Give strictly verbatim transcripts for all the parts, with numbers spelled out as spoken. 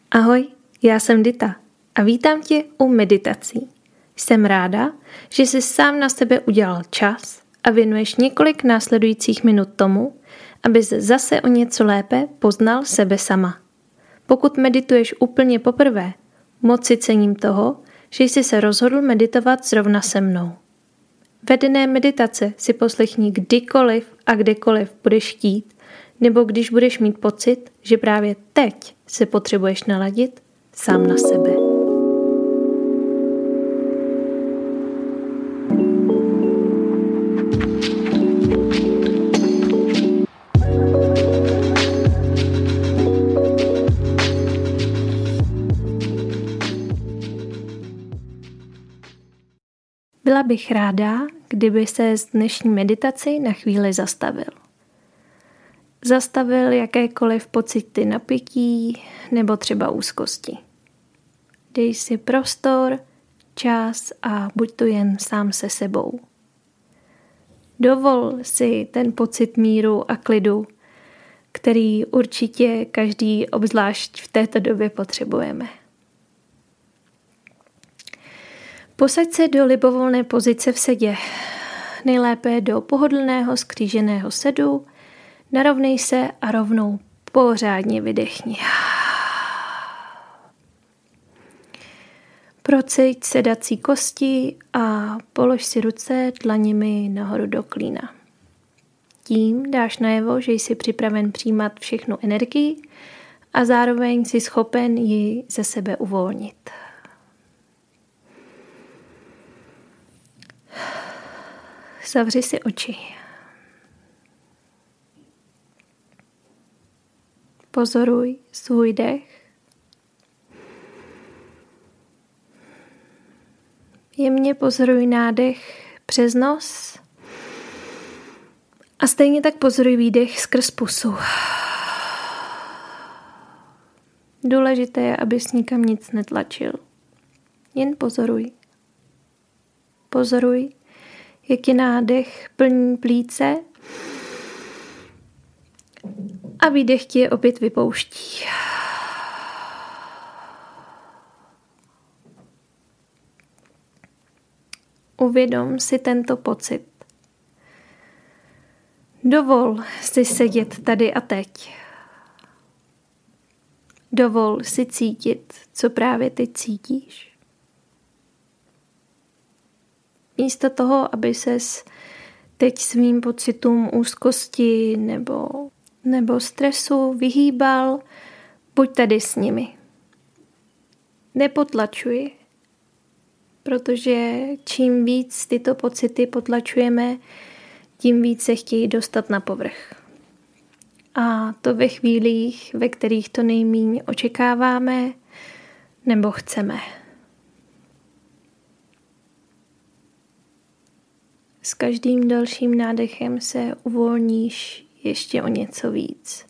Ahoj, já jsem Dita a vítám tě u meditací. Jsem ráda, že jsi sám na sebe udělal čas a věnuješ několik následujících minut tomu, abys zase o něco lépe poznal sebe sama. Pokud medituješ úplně poprvé, moc si cením toho, že jsi se rozhodl meditovat zrovna se mnou. Vedené meditace si poslechni kdykoliv a kdekoliv budeš chtít, nebo když budeš mít pocit, že právě teď se potřebuješ naladit sám na sebe. Byla bych ráda, kdyby se z dnešní meditaci na chvíli zastavil. Zastavil jakékoliv pocity napětí nebo třeba úzkosti. Dej si prostor, čas a buď tu jen sám se sebou. Dovol si ten pocit míru a klidu, který určitě každý obzvlášť v této době potřebujeme. Posaď se do libovolné pozice v sedě, nejlépe do pohodlného skříženého sedu, narovnej se a rovnou pořádně vydechni. Procejď sedací kosti a polož si ruce dlaněmi nahoru do klína. Tím dáš najevo, že jsi připraven přijímat všechnu energii a zároveň jsi schopen ji ze sebe uvolnit. Zavři si oči. Pozoruj svůj dech. Jemně pozoruj nádech přes nos a stejně tak pozoruj výdech skrz pusu. Důležité je, abys nikam nic netlačil. Jen pozoruj. Pozoruj, jak je nádech plní plíce a výdech ti je opět vypouští. Uvědom si tento pocit. Dovol si sedět tady a teď. Dovol si cítit, co právě teď cítíš. Místo toho, aby ses teď svým pocitům úzkosti nebo, nebo stresu vyhýbal, buď tady s nimi. Nepotlačuj, protože čím víc tyto pocity potlačujeme, tím víc se chtějí dostat na povrch. A to ve chvílích, ve kterých to nejméně očekáváme nebo chceme. S každým dalším nádechem se uvolníš ještě o něco víc.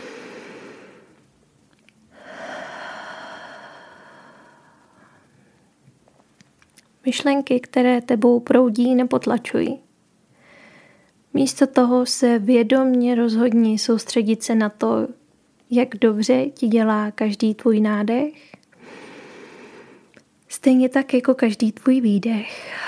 Myšlenky, které tebou proudí, nepotlačuj. Místo toho se vědomně rozhodni soustředit se na to, jak dobře ti dělá každý tvůj nádech, stejně tak jako každý tvůj výdech.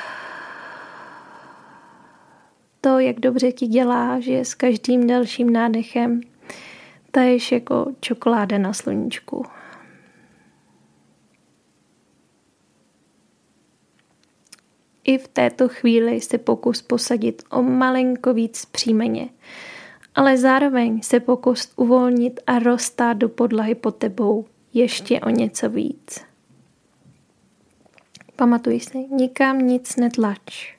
To, jak dobře ti dělá, že s každým dalším nádechem taješ jako čokoláda na sluníčku. I v této chvíli se pokus posadit o malinko víc příjmeně, ale zároveň se pokus uvolnit a roztát do podlahy pod tebou ještě o něco víc. Pamatuj si, nikam nic netlač.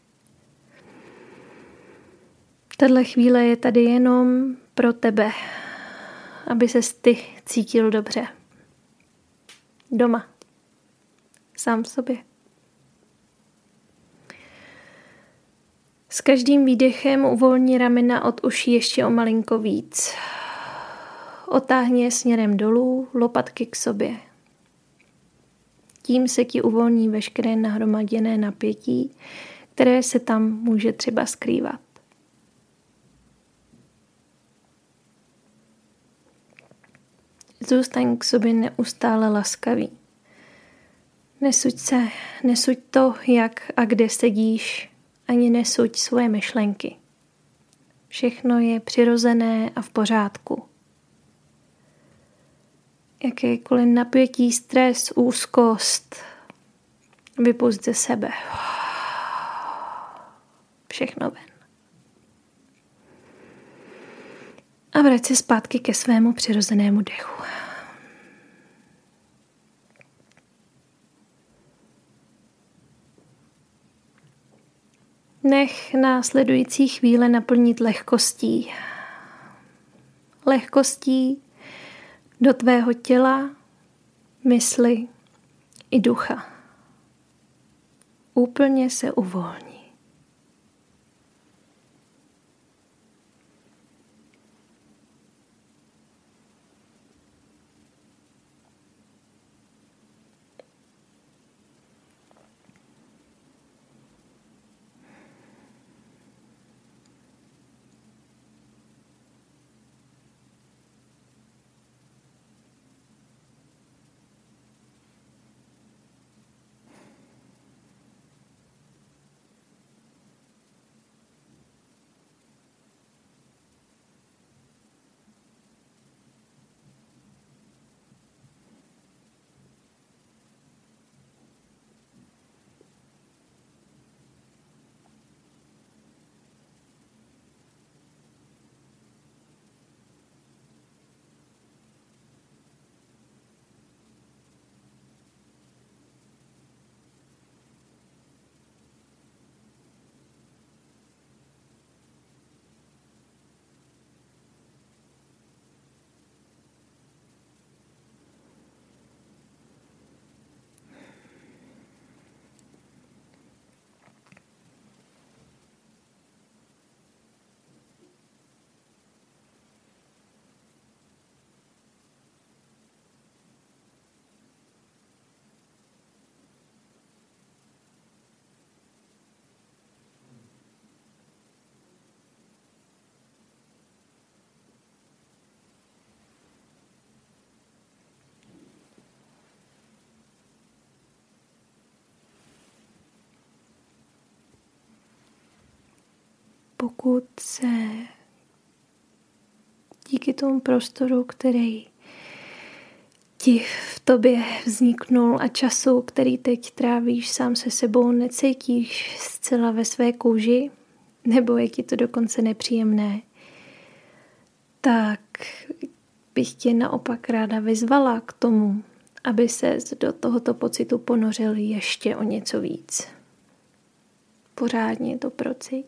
Tahle chvíle je tady jenom pro tebe, aby ses ty cítil dobře. Doma. Sám v sobě. S každým výdechem uvolni ramena od uší ještě o malinko víc. Otáhni je směrem dolů, lopatky k sobě. Tím se ti uvolní veškeré nahromaděné napětí, které se tam může třeba skrývat. Zůstaň k sobě neustále laskavý. Nesuď se, nesuď to, jak a kde sedíš, ani nesuď svoje myšlenky. Všechno je přirozené a v pořádku. Jakékoliv napětí, stres, úzkost, vypusť ze sebe. Všechno ven. A vrať se zpátky ke svému přirozenému dechu. Nech následující chvíle naplnit lehkostí. Lehkostí do tvého těla, mysli i ducha. Úplně se uvolni. Pokud se díky tomu prostoru, který ti v tobě vzniknul a času, který teď trávíš sám se sebou, necítíš zcela ve své kůži, nebo je ti to dokonce nepříjemné, tak bych tě naopak ráda vyzvala k tomu, aby ses do tohoto pocitu ponořil ještě o něco víc. Pořádně to procíť.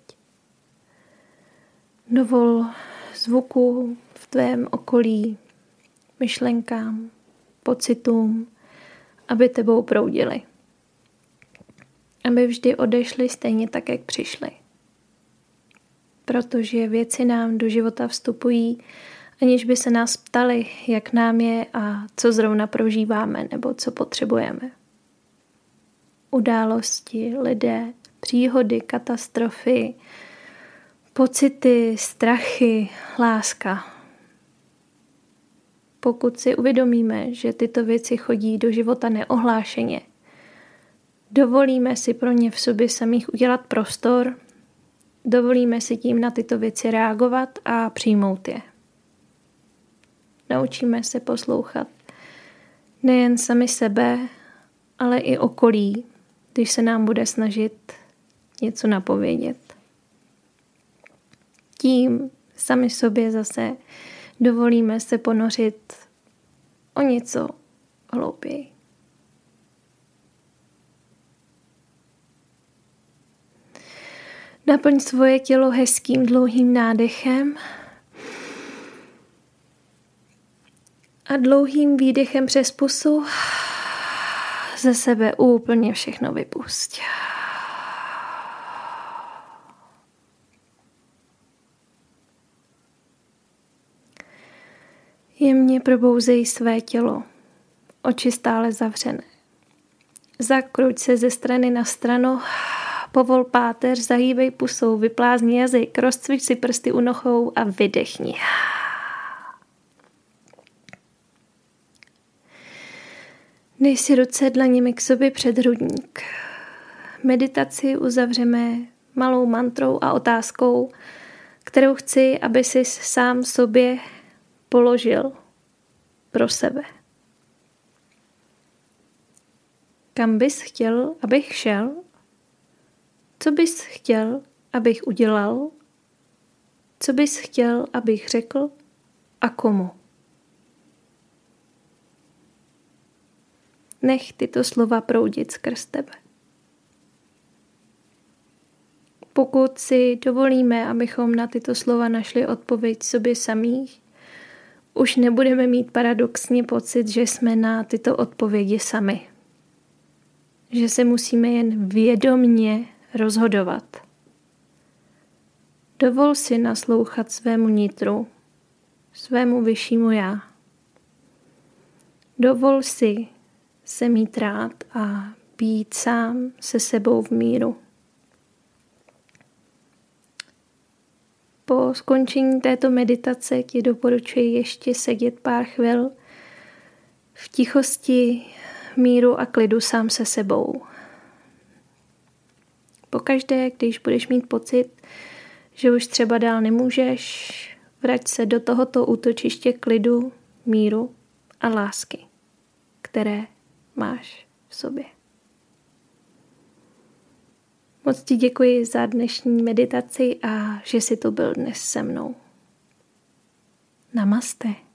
Dovol zvuku v tvém okolí, myšlenkám, pocitům, aby tebou proudili. Aby vždy odešli stejně tak, jak přišli. Protože věci nám do života vstupují, aniž by se nás ptali, jak nám je a co zrovna prožíváme nebo co potřebujeme. Události, lidé, příhody, katastrofy, pocity, strachy, láska. Pokud si uvědomíme, že tyto věci chodí do života neohlášeně, dovolíme si pro ně v sobě samých udělat prostor, dovolíme si tím na tyto věci reagovat a přijmout je. Naučíme se poslouchat nejen sami sebe, ale i okolí, když se nám bude snažit něco napovědět. Tím sami sobě zase dovolíme se ponořit o něco hlouběji. Naplň svoje tělo hezkým dlouhým nádechem a dlouhým výdechem přes pusu ze sebe úplně všechno vypusť. Jemně probouzej své tělo, oči stále zavřené. Zakruť se ze strany na stranu, povol páteř, zahýbej pusou, vyplázni jazyk, rozcvič si prsty u nohou a vydechni. Dej si ruce dlaněmi k sobě před hrudník. Meditaci uzavřeme malou mantrou a otázkou, kterou chci, aby si sám sobě položil pro sebe. Kam bys chtěl, abych šel? Co bys chtěl, abych udělal? Co bys chtěl, abych řekl? A komu? Nech tyto slova proudit skrz tebe. Pokud si dovolíme, abychom na tyto slova našli odpověď sobě samých, už nebudeme mít paradoxně pocit, že jsme na tyto odpovědi sami. Že se musíme jen vědomně rozhodovat. Dovol si naslouchat svému nitru, svému vyššímu já. Dovol si se mít rád a být sám se sebou v míru. Po skončení této meditace ti doporučuji ještě sedět pár chvil v tichosti, míru a klidu sám se sebou. Pokaždé, když budeš mít pocit, že už třeba dál nemůžeš, vrať se do tohoto útočiště klidu, míru a lásky, které máš v sobě. Moc ti děkuji za dnešní meditaci a že jsi tu byl dnes se mnou. Namaste.